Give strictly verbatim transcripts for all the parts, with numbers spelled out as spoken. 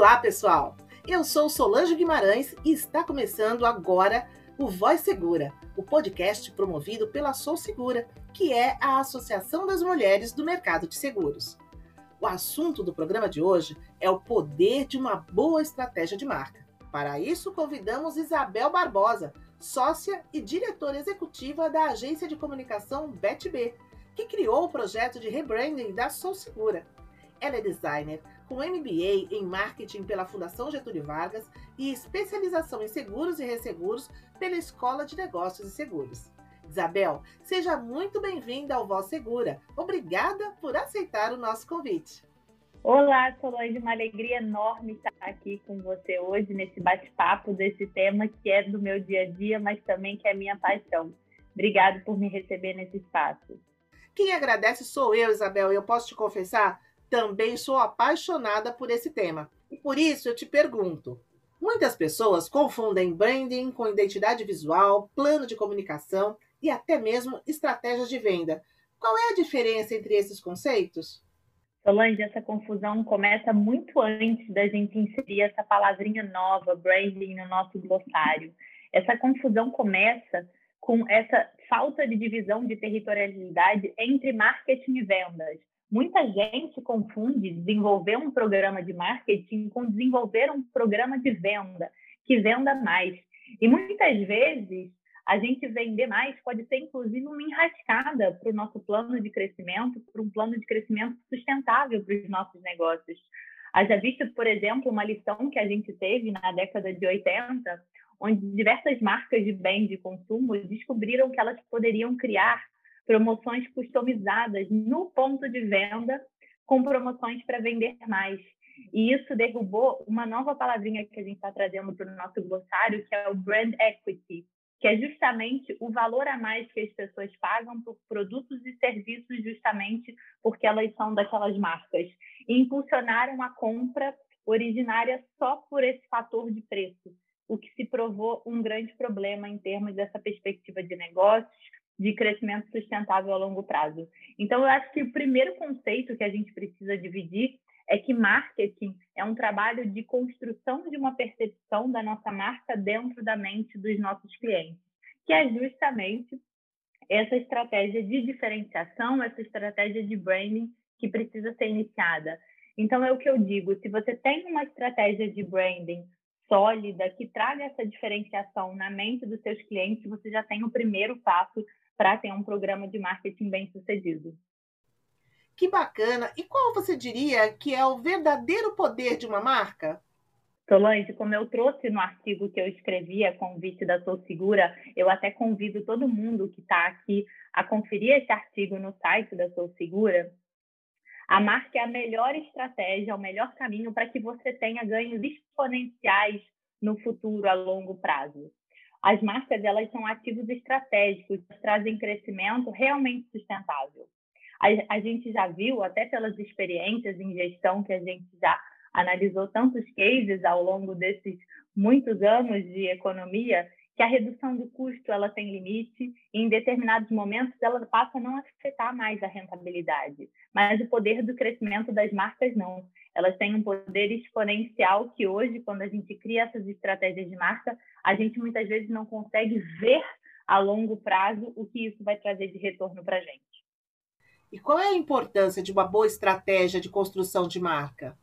Olá, pessoal! Eu sou Solange Guimarães e está começando agora o Voz Segura, o podcast promovido pela Sou Segura, que é a Associação das Mulheres do Mercado de Seguros. O assunto do programa de hoje é o poder de uma boa estratégia de marca. Para isso, convidamos Isabel Barbosa, sócia e diretora executiva da agência de comunicação B E T B, que criou o projeto de rebranding da Sou Segura. Ela é designer, com M B A em marketing pela Fundação Getúlio Vargas e especialização em seguros e resseguros pela Escola de Negócios e Seguros. Isabel, seja muito bem-vinda ao Voz Segura. Obrigada por aceitar o nosso convite. Olá, Solange, uma alegria enorme estar aqui com você hoje nesse bate-papo desse tema que é do meu dia a dia, mas também que é minha paixão. Obrigada por me receber nesse espaço. Quem agradece sou eu, Isabel, e eu posso te confessar, também sou apaixonada por esse tema. E por isso eu te pergunto, muitas pessoas confundem branding com identidade visual, plano de comunicação e até mesmo estratégias de venda. Qual é a diferença entre esses conceitos? Solange, essa confusão começa muito antes da gente inserir essa palavrinha nova, branding, no nosso glossário. Essa confusão começa com essa falta de divisão de territorialidade entre marketing e vendas. Muita gente confunde desenvolver um programa de marketing com desenvolver um programa de venda, que venda mais. E muitas vezes, a gente vender mais pode ser, inclusive, uma enrascada para o nosso plano de crescimento, para um plano de crescimento sustentável para os nossos negócios. Haja visto, por exemplo, uma lição que a gente teve na década de oitenta, onde diversas marcas de bens de consumo descobriram que elas poderiam criar promoções customizadas no ponto de venda com promoções para vender mais. E isso derrubou uma nova palavrinha que a gente está trazendo para o nosso glossário, que é o brand equity, que é justamente o valor a mais que as pessoas pagam por produtos e serviços justamente porque elas são daquelas marcas. E impulsionaram a compra originária só por esse fator de preço, o que se provou um grande problema em termos dessa perspectiva de negócios, de crescimento sustentável a longo prazo. Então, eu acho que o primeiro conceito que a gente precisa dividir é que marketing é um trabalho de construção de uma percepção da nossa marca dentro da mente dos nossos clientes, que é justamente essa estratégia de diferenciação, essa estratégia de branding que precisa ser iniciada. Então, é o que eu digo, se você tem uma estratégia de branding sólida, que traga essa diferenciação na mente dos seus clientes, você já tem o primeiro passo para ter um programa de marketing bem sucedido. Que bacana! E qual você diria que é o verdadeiro poder de uma marca? Solange, como eu trouxe no artigo que eu escrevi, a convite da Sou Segura, eu até convido todo mundo que está aqui a conferir esse artigo no site da Sou Segura. A marca é a melhor estratégia, o melhor caminho para que você tenha ganhos exponenciais no futuro, a longo prazo. As marcas, elas são ativos estratégicos, trazem crescimento realmente sustentável. A, a gente já viu, até pelas experiências em gestão que a gente já analisou tantos cases ao longo desses muitos anos de economia, que a redução do custo ela tem limite e em determinados momentos ela passa a não afetar mais a rentabilidade. Mas o poder do crescimento das marcas não. Elas têm um poder exponencial que hoje, quando a gente cria essas estratégias de marca, a gente muitas vezes não consegue ver a longo prazo o que isso vai trazer de retorno para a gente. E qual é a importância de uma boa estratégia de construção de marca?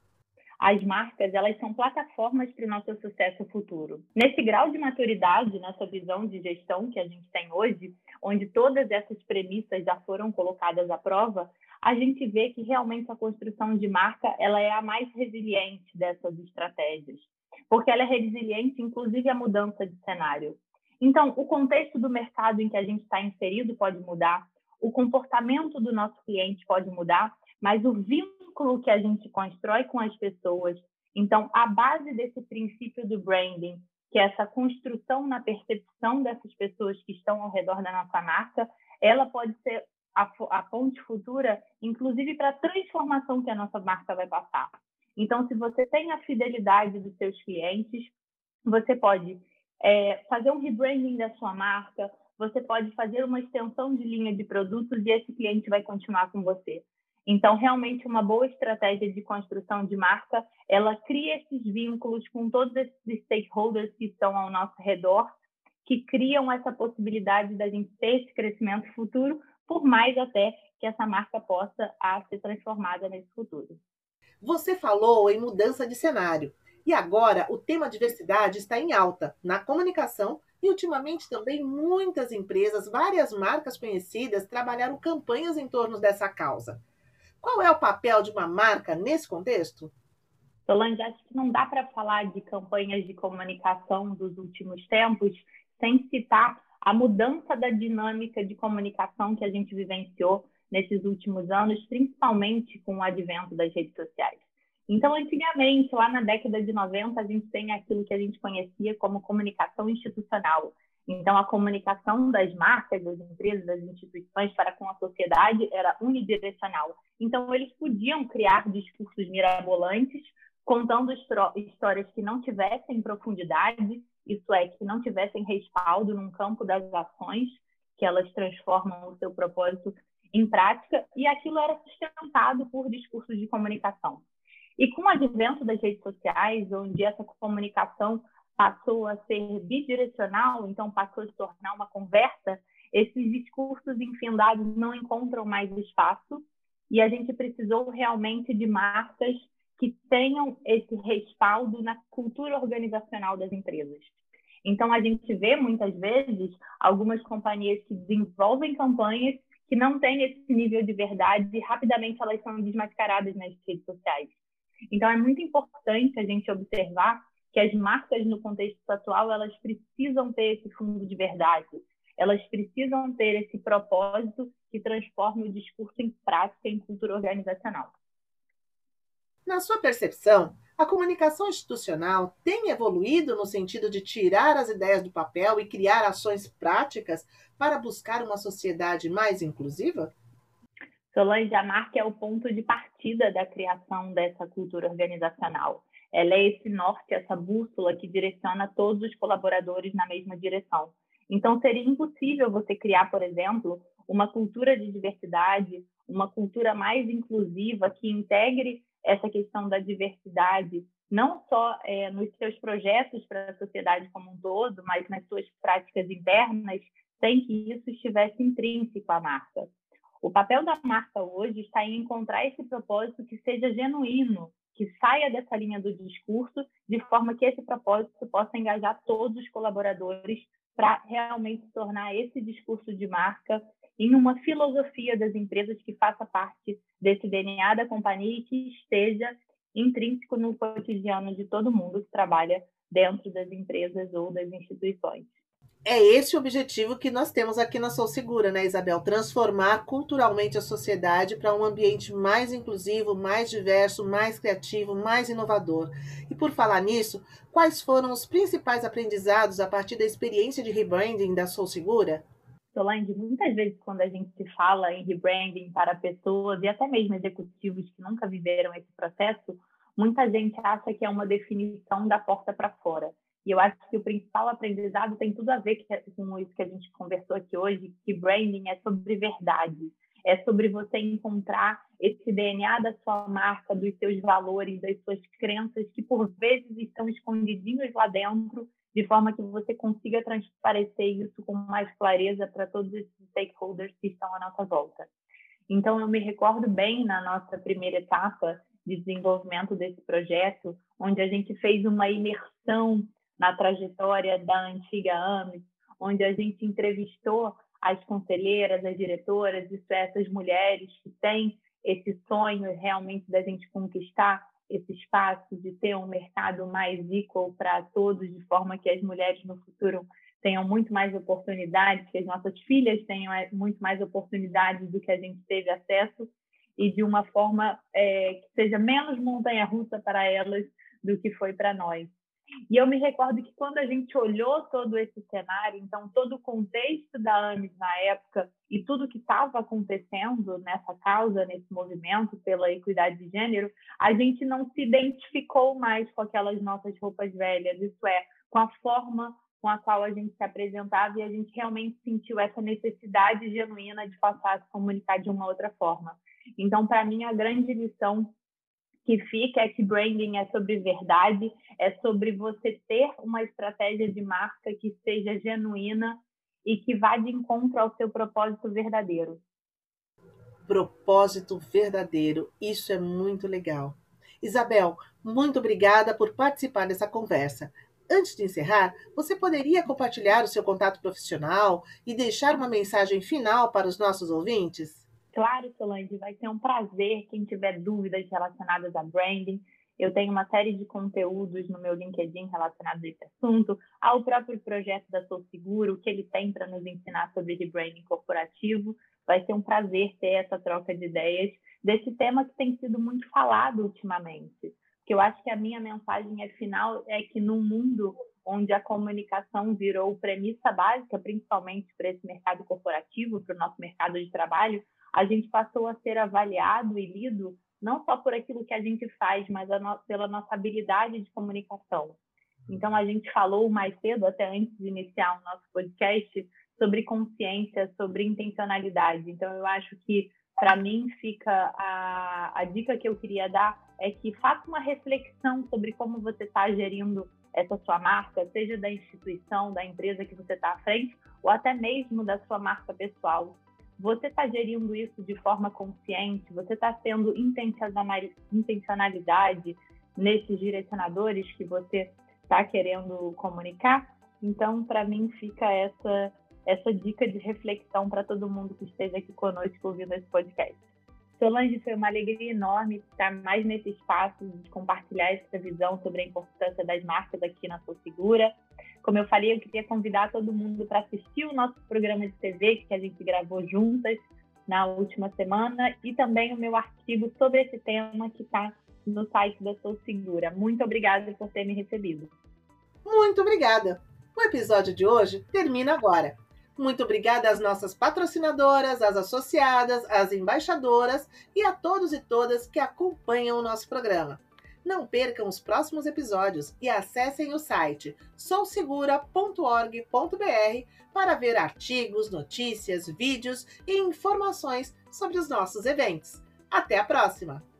As marcas, elas são plataformas para o nosso sucesso futuro. Nesse grau de maturidade, nessa visão de gestão que a gente tem hoje, onde todas essas premissas já foram colocadas à prova, a gente vê que realmente a construção de marca ela é a mais resiliente dessas estratégias, porque ela é resiliente, inclusive, à mudança de cenário. Então, o contexto do mercado em que a gente está inserido pode mudar, o comportamento do nosso cliente pode mudar, mas o vínculo que a gente constrói com as pessoas. Então, a base desse princípio do branding, que é essa construção na percepção dessas pessoas que estão ao redor da nossa marca, ela pode ser a, a ponte futura, inclusive para a transformação que a nossa marca vai passar. Então, se você tem a fidelidade dos seus clientes, você pode é, fazer um rebranding da sua marca, você pode fazer uma extensão de linha de produtos e esse cliente vai continuar com você. Então, realmente, uma boa estratégia de construção de marca, ela cria esses vínculos com todos esses stakeholders que estão ao nosso redor, que criam essa possibilidade da gente ter esse crescimento futuro, por mais até que essa marca possa a ser transformada nesse futuro. Você falou em mudança de cenário. E agora o tema diversidade está em alta na comunicação e ultimamente também muitas empresas, várias marcas conhecidas trabalharam campanhas em torno dessa causa. Qual é o papel de uma marca nesse contexto? Solange, acho que não dá para falar de campanhas de comunicação dos últimos tempos sem citar a mudança da dinâmica de comunicação que a gente vivenciou nesses últimos anos, principalmente com o advento das redes sociais. Então, antigamente, lá na década de noventa, a gente tem aquilo que a gente conhecia como comunicação institucional. Então, a comunicação das marcas, das empresas, das instituições para com a sociedade era unidirecional. Então, eles podiam criar discursos mirabolantes, contando histórias que não tivessem profundidade, isso é, que não tivessem respaldo num campo das ações, que elas transformam o seu propósito em prática, e aquilo era sustentado por discursos de comunicação. E com o advento das redes sociais, onde essa comunicação passou a ser bidirecional, então passou a se tornar uma conversa, esses discursos infindados não encontram mais espaço, e a gente precisou realmente de marcas que tenham esse respaldo na cultura organizacional das empresas. Então, a gente vê, muitas vezes, algumas companhias que desenvolvem campanhas que não têm esse nível de verdade e rapidamente elas são desmascaradas nas redes sociais. Então, é muito importante a gente observar que as marcas, no contexto atual, elas precisam ter esse fundo de verdade. Elas precisam ter esse propósito que transforme o discurso em prática em cultura organizacional. Na sua percepção, a comunicação institucional tem evoluído no sentido de tirar as ideias do papel e criar ações práticas para buscar uma sociedade mais inclusiva? Solange, a marca é o ponto de partida da criação dessa cultura organizacional. Ela é esse norte, essa bússola que direciona todos os colaboradores na mesma direção. Então, seria impossível você criar, por exemplo, uma cultura de diversidade, uma cultura mais inclusiva que integre essa questão da diversidade, não só é, nos seus projetos para a sociedade como um todo, mas nas suas práticas internas, sem que isso estivesse intrínseco à marca. O papel da marca hoje está em encontrar esse propósito que seja genuíno, que saia dessa linha do discurso, de forma que esse propósito possa engajar todos os colaboradores para realmente tornar esse discurso de marca em uma filosofia das empresas que faça parte desse D N A da companhia e que esteja intrínseco no cotidiano de todo mundo que trabalha dentro das empresas ou das instituições. É esse o objetivo que nós temos aqui na Sou Segura, né, Isabel? Transformar culturalmente a sociedade para um ambiente mais inclusivo, mais diverso, mais criativo, mais inovador. E por falar nisso, quais foram os principais aprendizados a partir da experiência de rebranding da Sou Segura? Solange, muitas vezes quando a gente fala em rebranding para pessoas e até mesmo executivos que nunca viveram esse processo, muita gente acha que é uma definição da porta para fora. E eu acho que o principal aprendizado tem tudo a ver com isso que a gente conversou aqui hoje, que branding é sobre verdade. É sobre você encontrar esse D N A da sua marca, dos seus valores, das suas crenças, que por vezes estão escondidinhos lá dentro, de forma que você consiga transparecer isso com mais clareza para todos esses stakeholders que estão à nossa volta. Então, eu me recordo bem na nossa primeira etapa de desenvolvimento desse projeto, onde a gente fez uma imersão na trajetória da antiga A M E S, onde a gente entrevistou as conselheiras, as diretoras, isso é, essas mulheres que têm esse sonho realmente da gente conquistar esse espaço, de ter um mercado mais equal para todos, de forma que as mulheres no futuro tenham muito mais oportunidades, que as nossas filhas tenham muito mais oportunidades do que a gente teve acesso, e de uma forma é, que seja menos montanha-russa para elas do que foi para nós. E eu me recordo que quando a gente olhou todo esse cenário, então todo o contexto da A M E S na época e tudo que estava acontecendo nessa causa, nesse movimento pela equidade de gênero, a gente não se identificou mais com aquelas nossas roupas velhas, isso é, com a forma com a qual a gente se apresentava, e a gente realmente sentiu essa necessidade genuína de passar a se comunicar de uma outra forma. Então, para mim, a grande lição que fica é que branding é sobre verdade, é sobre você ter uma estratégia de marca que seja genuína e que vá de encontro ao seu propósito verdadeiro. Propósito verdadeiro, isso é muito legal. Isabel, muito obrigada por participar dessa conversa. Antes de encerrar, você poderia compartilhar o seu contato profissional e deixar uma mensagem final para os nossos ouvintes? Claro, Solange, vai ser um prazer. Quem tiver dúvidas relacionadas a branding, eu tenho uma série de conteúdos no meu LinkedIn relacionados a esse assunto, ao próprio projeto da Sou Seguro, o que ele tem para nos ensinar sobre branding corporativo. Vai ser um prazer ter essa troca de ideias desse tema que tem sido muito falado ultimamente. Porque eu acho que a minha mensagem é final é que num mundo onde a comunicação virou premissa básica, principalmente para esse mercado corporativo, para o nosso mercado de trabalho, a gente passou a ser avaliado e lido não só por aquilo que a gente faz, mas a no, pela nossa habilidade de comunicação. Então, a gente falou mais cedo, até antes de iniciar o nosso podcast, sobre consciência, sobre intencionalidade. Então, eu acho que, para mim, fica a, a dica que eu queria dar é que faça uma reflexão sobre como você está gerindo essa sua marca, seja da instituição, da empresa que você está à frente, ou até mesmo da sua marca pessoal. Você está gerindo isso de forma consciente? Você está tendo intencionalidade nesses direcionadores que você está querendo comunicar? Então, para mim, fica essa, essa dica de reflexão para todo mundo que esteja aqui conosco ouvindo esse podcast. Solange, foi uma alegria enorme estar mais nesse espaço de compartilhar essa visão sobre a importância das marcas aqui na Sou Segura. Como eu falei, eu queria convidar todo mundo para assistir o nosso programa de T V que a gente gravou juntas na última semana e também o meu artigo sobre esse tema que está no site da Sou Segura. Muito obrigada por ter me recebido. Muito obrigada. O episódio de hoje termina agora. Muito obrigada às nossas patrocinadoras, às associadas, às embaixadoras e a todos e todas que acompanham o nosso programa. Não percam os próximos episódios e acessem o site sou segura ponto org ponto br para ver artigos, notícias, vídeos e informações sobre os nossos eventos. Até a próxima!